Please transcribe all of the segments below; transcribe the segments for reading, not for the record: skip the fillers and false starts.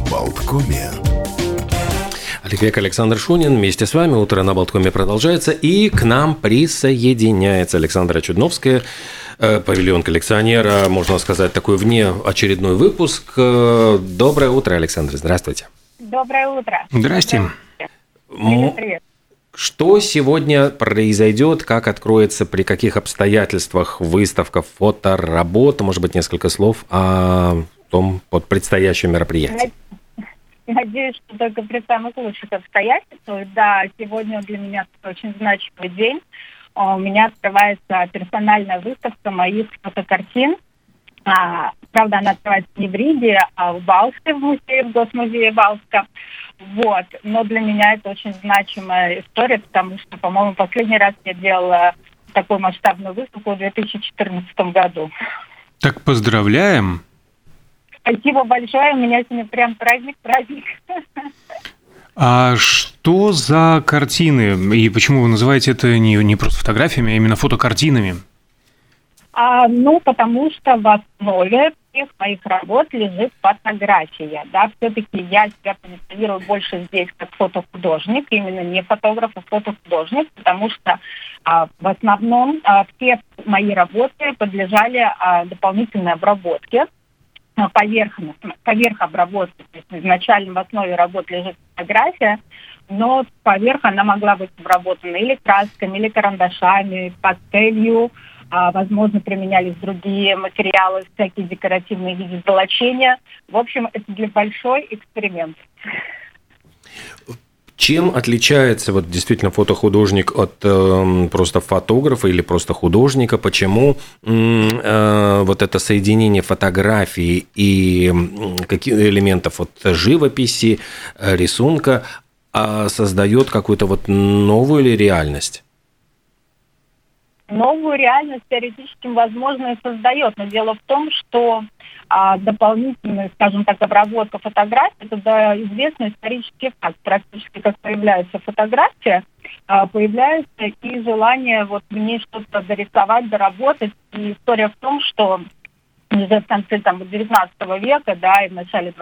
Болткоме. Олег Век, Александр Шунин. Вместе с вами «Утро на Болткоме» продолжается. И к нам присоединяется Александра Чудновская, павильон коллекционера, можно сказать, такой внеочередной выпуск. Доброе утро, Александра. Здравствуйте. Доброе утро. Здрасте. Привет. Что сегодня произойдет, как откроется, при каких обстоятельствах выставка фоторабот? Может быть, несколько слов о том предстоящем мероприятии. Надеюсь, что только при самых лучших обстоятельствах. Да, сегодня для меня очень значимый день. У меня открывается персональная выставка моих фотокартин. Правда, она открывается не в Риге, а в Балтике, в Госмузее Балтика. Вот. Но для меня это очень значимая история, потому что, по-моему, последний раз я делала такую масштабную выставку в 2014 году. Так поздравляем! Спасибо большое, у меня сегодня прям праздник. А что за картины? И почему вы называете это не просто фотографиями, а именно фотокартинами? Потому что в основе всех моих работ лежит фотография. Да? Все-таки я себя позиционирую больше здесь как фотохудожник, именно не фотограф, а фотохудожник, потому что в основном все мои работы подлежали дополнительной обработке. Поверх обработки, то есть изначально в основе работ лежит фотография, но поверх она могла быть обработана или красками, или карандашами, пастелью, возможно, применялись другие материалы, всякие декоративные виды золочения. В общем, это для большой эксперимент. Чем отличается действительно фотохудожник от просто фотографа или просто художника? Почему это соединение фотографии и каких элементов живописи, рисунка создает какую-то новую или реальность? Новую реальность теоретически, возможно, и создает. Но дело в том, что дополнительная, скажем так, обработка фотографий – это известный исторический факт. Практически как появляется фотография, появляется и желание в ней что-то дорисовать, доработать. И история в том, что уже в конце XIX века, и в начале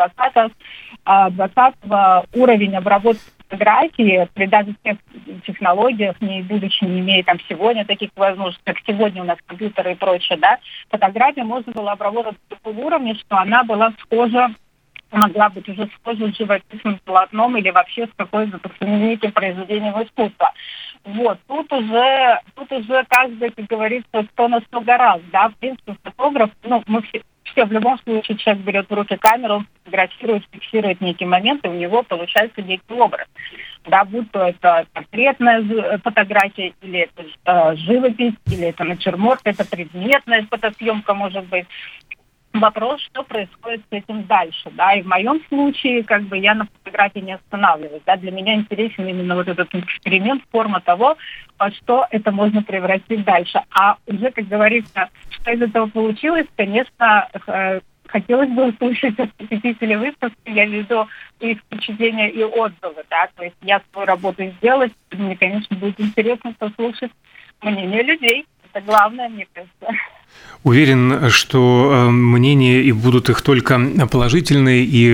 XX уровень обработки фотографии, при даже тех технологиях, не имея сегодня таких возможностей, как сегодня у нас компьютеры и прочее, фотографию можно было обработать до такого уровня, что она была схожа, могла быть уже схожа с живописным полотном или вообще с какой-то знаменитым произведением искусства. Тут уже каждый, как говорится, кто на 100 гораздо, в принципе, фотограф, мы все в любом случае человек берет в руки камеру, он фотографирует, фиксирует некий момент, и у него получается некий образ. Будь то это портретная фотография, или это живопись, или это натюрморт, это предметная фотосъемка, может быть. Вопрос, что происходит с этим дальше, И в моем случае, я на фотографии не останавливаюсь, Для меня интересен именно этот эксперимент, форма того, во что это можно превратить дальше. А уже, как говорится, что из этого получилось, конечно, хотелось бы услышать от посетителей выставки, я веду их впечатления и отзывы, То есть я свою работу сделала, мне, конечно, будет интересно послушать мнение людей. Это главное, мне кажется. Уверен, что мнения и будут их только положительные, и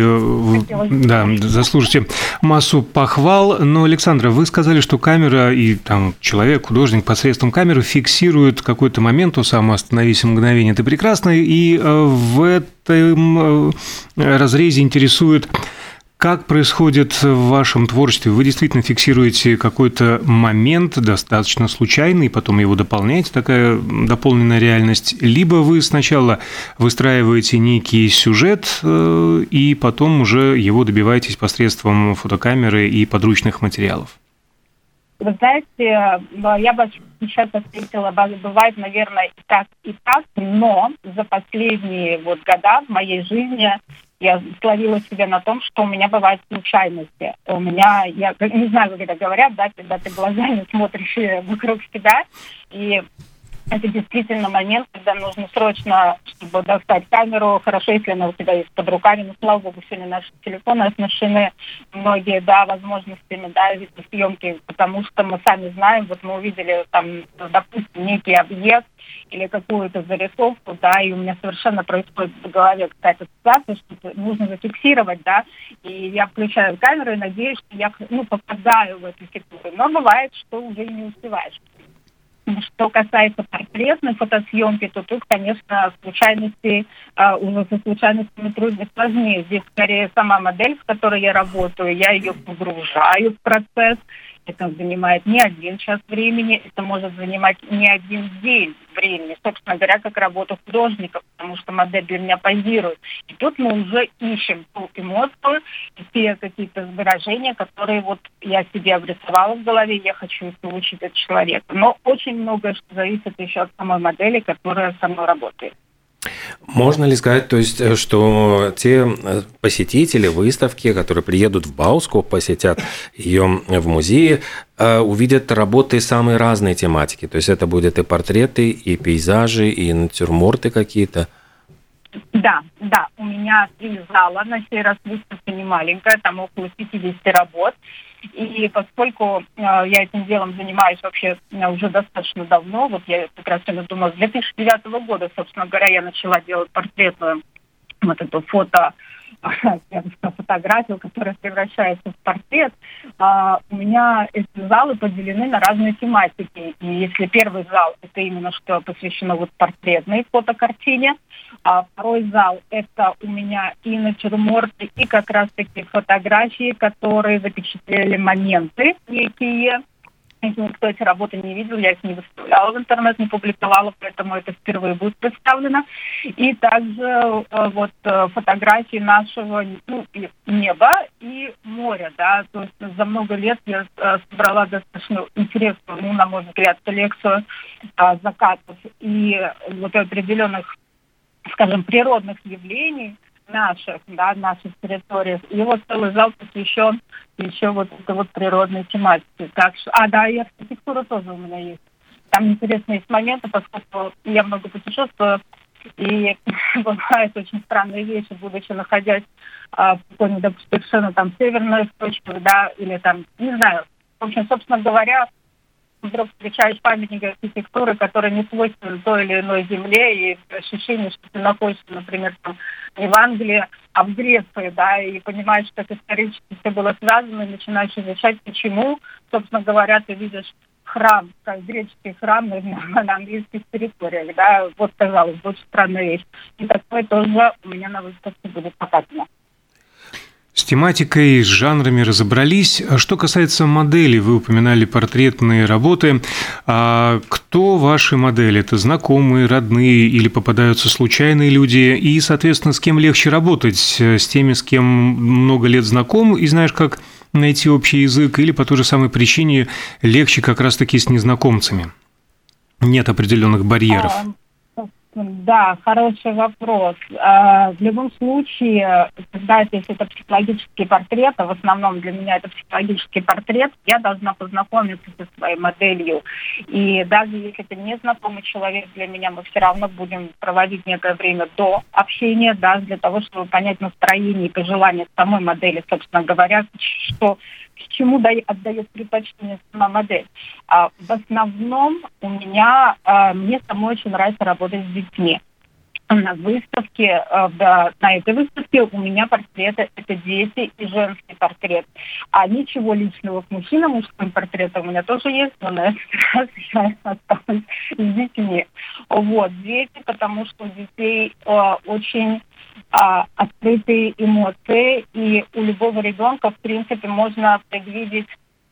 заслужите массу похвал. Но, Александра, вы сказали, что камера и человек, художник посредством камеры фиксирует какой-то момент, то самое «остановись мгновение, ты прекрасна», и в этом разрезе интересует, как происходит в вашем творчестве? Вы действительно фиксируете какой-то момент, достаточно случайный, потом его дополняете, такая дополненная реальность, либо вы сначала выстраиваете некий сюжет, и потом уже его добиваетесь посредством фотокамеры и подручных материалов? Вы знаете, я бы сейчас ответила, бывает, наверное, и так, но за последние года в моей жизни я словила себя на том, что у меня бывают случайности. Я не знаю, как это говорят, когда ты глазами смотришь вокруг себя, и это действительно момент, когда нужно срочно, чтобы достать камеру. Хорошо, если она у тебя есть под руками. Но, слава богу, сегодня наши телефоны оснащены многие, да, возможностями, да, видеосъемки, потому что мы сами знаем, вот мы увидели там, допустим, некий объект или какую-то зарисовку, да, и у меня совершенно происходит в голове какая-то ситуация, что нужно зафиксировать, да, и я включаю камеру и надеюсь, что я, попадаю в эту секунду. Но бывает, что уже не успеваешь. Что касается портретной фотосъемки, то тут, конечно, случайности, уже со случайностями трудно сложнее. Здесь скорее сама модель, с которой я работаю, я ее погружаю в процесс. Это занимает не 1 час времени, это может занимать не 1 день времени. Собственно говоря, как работа художника, потому что модель для меня позирует. И тут мы уже ищем ту эмоцию, те какие-то выражения, которые вот я себе обрисовала в голове, я хочу получить от человека. Но очень многое что зависит еще от самой модели, которая со мной работает. Можно ли сказать, то есть, что те посетители выставки, которые приедут в Баускоп, посетят ее в музее, увидят работы самой разной тематики? То есть это будут и портреты, и пейзажи, и натюрморты какие-то? Да. У меня 3 зала, на сей раз выставка не маленькая, там около 50 работ. И поскольку я этим делом занимаюсь вообще уже достаточно давно, вот я как раз думала, с 2009 года, собственно говоря, я начала делать портретную вот эту фотографию, которая превращается в портрет. У меня эти залы поделены на разные тематики. И если первый зал, это именно что посвящено вот портретной фотокартине, а второй зал, это у меня и натюрморты, и как раз-таки фотографии, которые запечатлели моменты некие. Если никто эти работы не видел, я их не выставляла в интернет, не публиковала, поэтому это впервые будет представлено. И также фотографии нашего неба и моря, да, то есть за много лет я собрала достаточно интересную, на мой взгляд, коллекцию закатов и вот определенных, скажем, природных явлений наших территориях. И вот целый зал посвящен еще вот этой вот природной тематике. Так что, и архитектура тоже у меня есть. Там интересные есть моменты, поскольку я много путешествую, и бывают очень странные вещи, будучи находясь в какой-нибудь совершенно там северной точке, да, или там, не знаю. В общем, собственно говоря, вдруг встречаешь памятники архитектуры, которые не свойственны той или иной земле, и ощущение, что ты находишься, например, там, не в Англии, а в Греции, да, и понимаешь, что это исторически все было связано, и начинаешь изучать, почему, собственно говоря, ты видишь храм, как греческий храм на английских территориях, да, вот, казалось бы, очень странная вещь. И такое тоже у меня на выставке будет показано. С тематикой, с жанрами разобрались. Что касается моделей, вы упоминали портретные работы. А кто ваши модели? Это знакомые, родные или попадаются случайные люди? И, соответственно, с кем легче работать? С теми, с кем много лет знаком и знаешь, как найти общий язык? Или по той же самой причине легче как раз-таки с незнакомцами? Нет определенных барьеров. Да, хороший вопрос. В любом случае, если это психологический портрет, а в основном для меня это психологический портрет, я должна познакомиться со своей моделью. И даже если это незнакомый человек для меня, мы все равно будем проводить некое время до общения, да, для того, чтобы понять настроение и пожелания самой модели, собственно говоря, к чему отдает предпочтение сама модель. В основном мне самой очень нравится работать с детьми. На выставке, на этой выставке у меня портреты – это дети и женский портрет. А ничего личного к мужчинам, мужским портретам у меня тоже есть, но на этот раз я осталась с детьми. Вот, дети, потому что у детей очень открытые эмоции, и у любого ребенка, в принципе, можно предвидеть,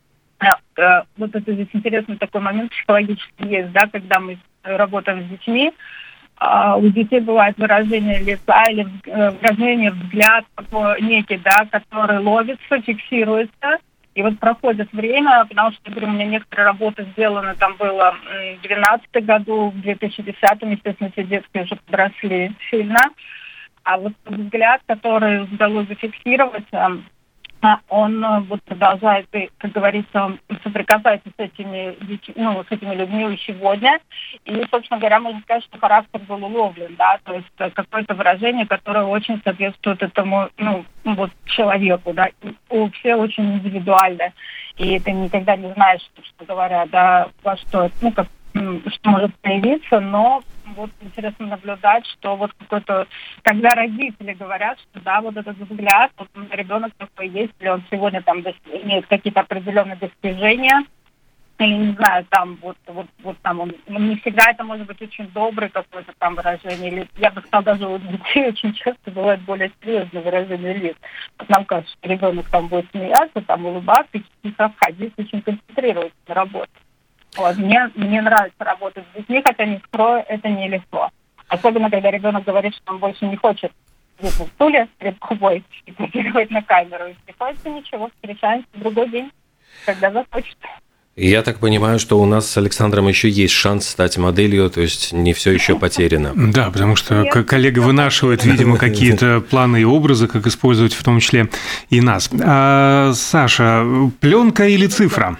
вот это здесь интересный такой момент психологический есть, да, когда мы работаем с детьми, у детей бывает выражение лица или выражение взгляд некий, да, который ловится, фиксируется. И вот проходит время, потому что, говорю, у меня некоторые работы сделаны, там было в 2012 году, в 2010, естественно, все детки уже подросли сильно. А вот взгляд, который удалось зафиксировать, он вот продолжает, как говорится, он соприкасается с этими людьми и сегодня. И, собственно говоря, можно сказать, что характер был уловлен, да, то есть какое-то выражение, которое очень соответствует этому, человеку, да, все очень индивидуально. И ты никогда не знаешь, что говоря, да, во что, что может появиться, но вот интересно наблюдать, что вот какой-то, когда родители говорят, что да, вот этот взгляд, вот ребенок такой есть, или он сегодня там имеет какие-то определенные достижения, или не знаю, там вот там он не всегда это может быть очень добрый какое-то там выражение, или я бы сказала, даже у детей очень часто бывает более серьезное выражение лиц. Вот нам кажется, что ребенок там будет смеяться, там улыбаться, тихо входить, очень концентрируется на работе. Вот. Мне нравится работать с детьми, хотя не скрою, это нелегко. Особенно, когда ребенок говорит, что он больше не хочет сидеть на стуле перед губой и фотографировать на камеру. И приходится ничего, встречаемся в другой день, когда захочет. Я так понимаю, что у нас с Александром еще есть шанс стать моделью, то есть не все еще потеряно. Да, потому что коллега вынашивает, видимо, какие-то планы и образы, как использовать в том числе и нас. Саша, пленка или цифра?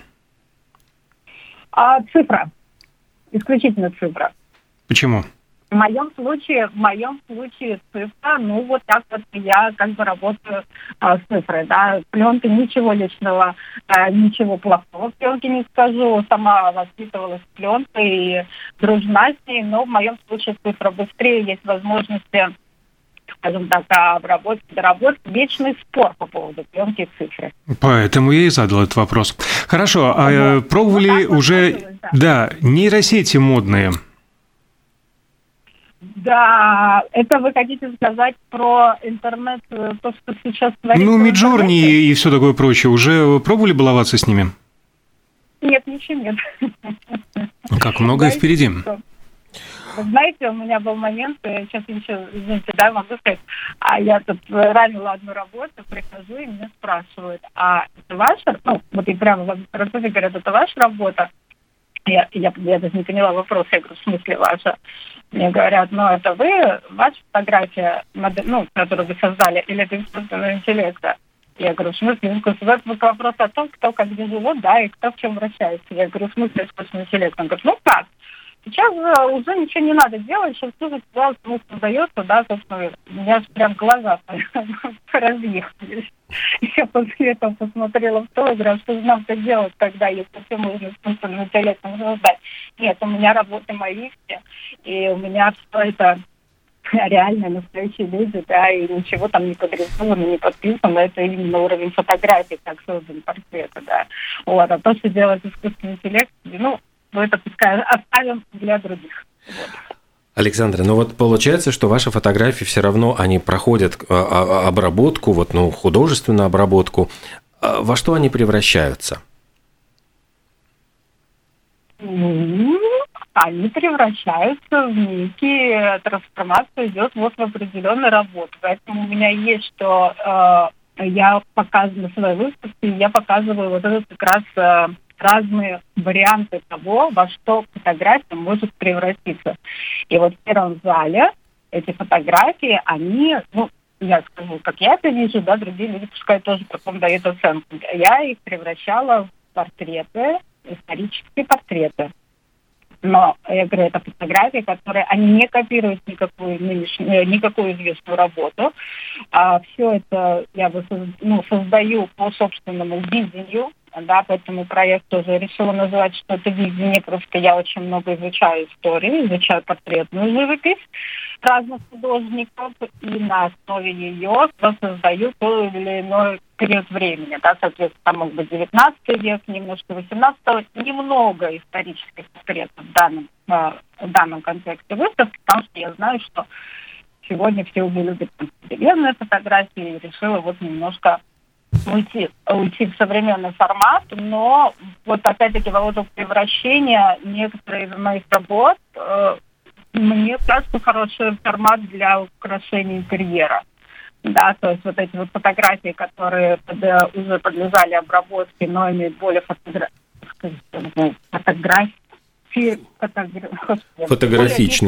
Цифра. Исключительно цифра. Почему? В моем случае цифра, вот так вот я как бы работаю с цифрой, да. Пленка, ничего личного, ничего плохого в пленке не скажу. Сама воспитывалась с пленкой и дружна с ней, но в моем случае цифра быстрее, есть возможности, скажем так, обработки, доработки. Вечный спор по поводу пленки и цифры. Поэтому я и задал этот вопрос. Хорошо, пробовали уже, нейросети модные? Да, это вы хотите сказать про интернет, то, что сейчас творится? Midjourney и все такое прочее. Уже пробовали баловаться с ними? Нет, ничего нет. Как многое впереди. Вы знаете, у меня был момент, сейчас еще, извините, могу сказать, я тут ранила одну работу, прихожу и меня спрашивают, это ваша, и прямо в работе говорят, это ваша работа? Я даже не поняла вопрос, я говорю, в смысле ваша? Мне говорят, это вы, ваша фотография, которую вы создали, или это искусственного интеллекта? Я говорю, в смысле искусственного? Это вопрос о том, кто как где живет, и кто в чем вращается. Я говорю, в смысле искусственного интеллекта? Он говорит, как? Сейчас уже ничего не надо делать, сейчас все создается, собственно, у меня прям глаза разъехались. Я после этого посмотрела в то, и говорю, что же нам-то делать тогда, если все можно искусственным интеллектом создать? Нет, у меня работы мои все, и у меня все это реально настоящие люди, и ничего там не подрисовано, не подписано, это именно уровень фотографий, как создан портреты, А то, что делает искусственный интеллект, это пускай оставим для других. Александра, получается, что ваши фотографии все равно, они проходят обработку, художественную обработку. Во что они превращаются? Они превращаются в некие, трансформация идет в определенную работу. Поэтому у меня есть, что я показываю на своей выставке, я показываю этот как раз разные варианты того, во что фотография может превратиться. И в первом зале эти фотографии, они, я скажу, как я это вижу, другие люди пускай тоже потом дают оценку. Я их превращала в портреты, исторические портреты. Но, я говорю, это фотографии, которые, они не копируют никакую известную работу. Все это я создаю по собственному видению, поэтому проект тоже решила называть, что это видение, просто я очень много изучаю историю, изучаю портретную живопись разных художников, и на основе ее создаю тот или иной период времени, соответственно, там может быть 19 век, немножко 18, немного исторических портретов в данном контексте выставки, потому что я знаю, что сегодня все уже любят современные фотографии, и решила немножко уйти в современный формат, но опять-таки во превращения некоторых из моих работ мне кажется хороший формат для украшения интерьера. То есть эти фотографии, которые уже подлежали обработке, но имеют более фотографичны.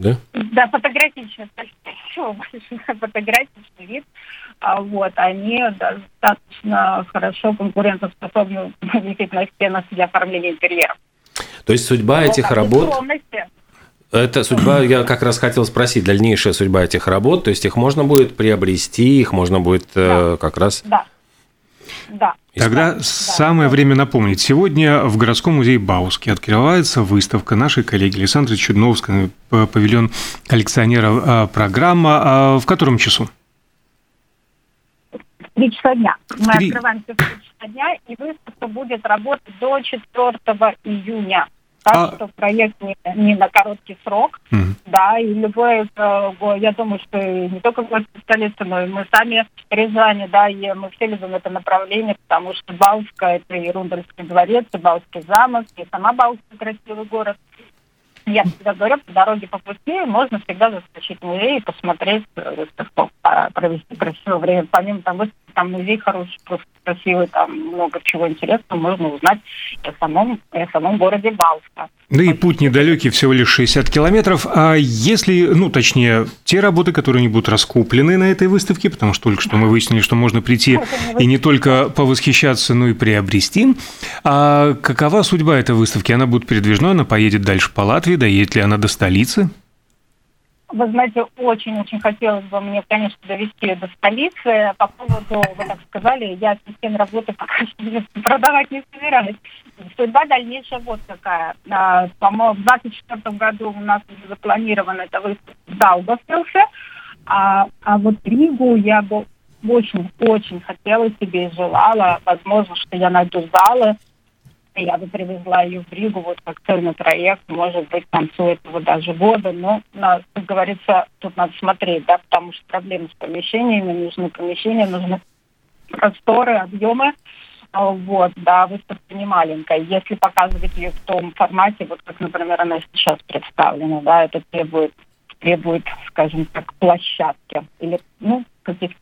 Да? Да, фотографичный, спасибо большое, фотографичный вид. Вот, они достаточно хорошо конкурентоспособны висеть на стенах для оформления интерьеров. То есть судьба этих работ... Это судьба, я как раз хотел спросить, дальнейшая судьба этих работ, то есть их можно будет приобрести, их можно будет как раз... Да. Тогда самое время напомнить. Сегодня в городском музее Бауске открывается выставка нашей коллеги Александры Чудновской, павильон коллекционера, программа. В котором часу? В 3 часа дня. Мы открываемся в 3 часа дня, и выставка будет работать до 4 июня. Так что проект не на короткий срок, да, и любой, я думаю, что не только город столицы, но и мы сами рязани, да, и мы все любим это направление, потому что Бауска – это и Рундальский дворец, и Бауский замок, и сама Бауска – красивый город. Я всегда говорю, по дороге по пути можно всегда заскочить в музей и посмотреть выставку, провести красивое время. Помимо того, что там музей хороший, просто красивый, там много чего интересного можно узнать о самом городе Бауска. Да и путь недалекий, всего лишь 60 километров. А если, точнее, те работы, которые не будут раскуплены на этой выставке, потому что только что мы выяснили, что можно прийти и не только повосхищаться, но и приобрести. А какова судьба этой выставки? Она будет передвижной, она поедет дальше по Латвии, доедет ли она до столицы? Вы знаете, очень-очень хотелось бы мне, конечно, довести ее до столицы. По поводу, вы так сказали, я систему работы пока что продавать не собираюсь. Судьба дальнейшая вот какая. По-моему, в 2024 году у нас уже запланирована эта выставка в Даугавпилсе, а вот Ригу я бы очень-очень хотела себе и желала. Возможно, что я найду залы, я бы привезла ее в Ригу, вот как цельный проект, может быть, к концу этого даже года. Но, как говорится, тут надо смотреть, да, потому что проблемы с помещениями, нужны помещения, нужны просторы, объемы. Вот, да, выставка не маленькая. Если показывать ее в том формате, вот как, например, она сейчас представлена, да, это требует, скажем так, площадки или, каких-то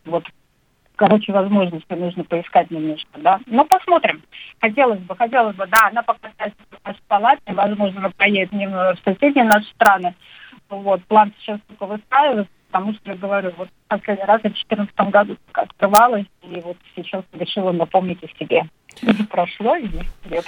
возможности нужно поискать немножко, да. Но посмотрим. Хотелось бы, да, она покатается в палате, возможно, она поедет в соседние наши страны. Вот, план сейчас только выстраивается, потому что, я говорю, вот последний раз в 2014 году открывалась, и вот сейчас решила напомнить о себе. Прошло 10 лет.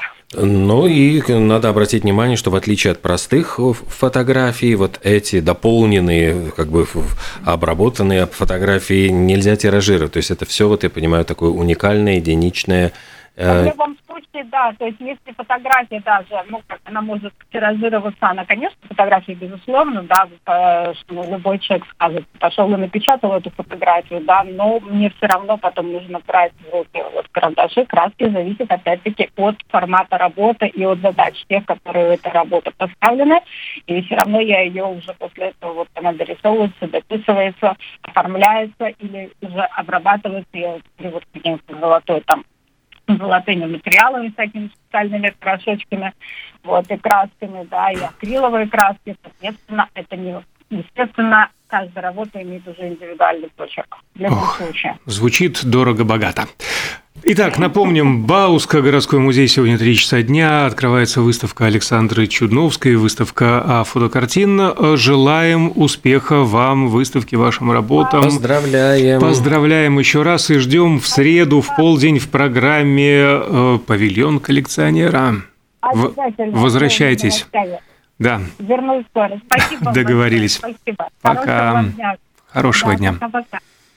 И надо обратить внимание, что в отличие от простых фотографий, вот эти дополненные, обработанные фотографии нельзя тиражировать. То есть это все, я понимаю, такое уникальное, единичное. В любом случае, да, то есть если фотография даже, она может тиражироваться, она, конечно, фотография, безусловно, да, что любой человек скажет, пошел и напечатал эту фотографию, да, но мне все равно потом нужно брать в руки карандаши, краски, зависит опять-таки от формата работы и от задач тех, которые в этой работе поставлены, и все равно я ее уже после этого, она дорисовывается, дописывается, оформляется или уже обрабатывается, или каким-то золотыми материалами, всякими специальными порошочками, и красками, да, и акриловые краски, соответственно, естественно, каждая работа имеет уже индивидуальный почерк в любом случае. Звучит дорого-богато. Итак, напомним, Бауска, городской музей, сегодня 3 часа дня, открывается выставка Александры Чудновской, выставка фотокартин. Желаем успеха вам в выставке, вашим работам. Поздравляем еще раз и ждем в среду в полдень в программе «Павильон коллекционера». Возвращайтесь. Да. Вернусь скоро. Спасибо. Договорились. Спасибо. Пока. Хорошего дня. Пока.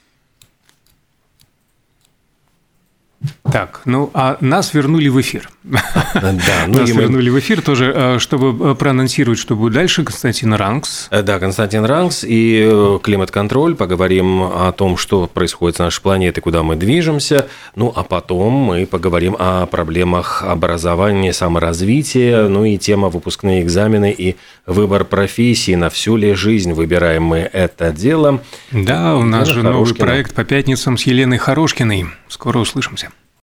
Так, а нас вернули в эфир. Нас вернули в эфир тоже, чтобы проанонсировать, что будет дальше. Константин Рангс. Да, Константин Рангс и климат-контроль. Поговорим о том, что происходит с нашей планетой, куда мы движемся. А потом мы поговорим о проблемах образования, саморазвития, и тема выпускные экзамены и выбор профессии. На всю ли жизнь выбираем мы это дело? Да, у нас же новый проект по пятницам с Еленой Хорошкиной. Скоро услышимся.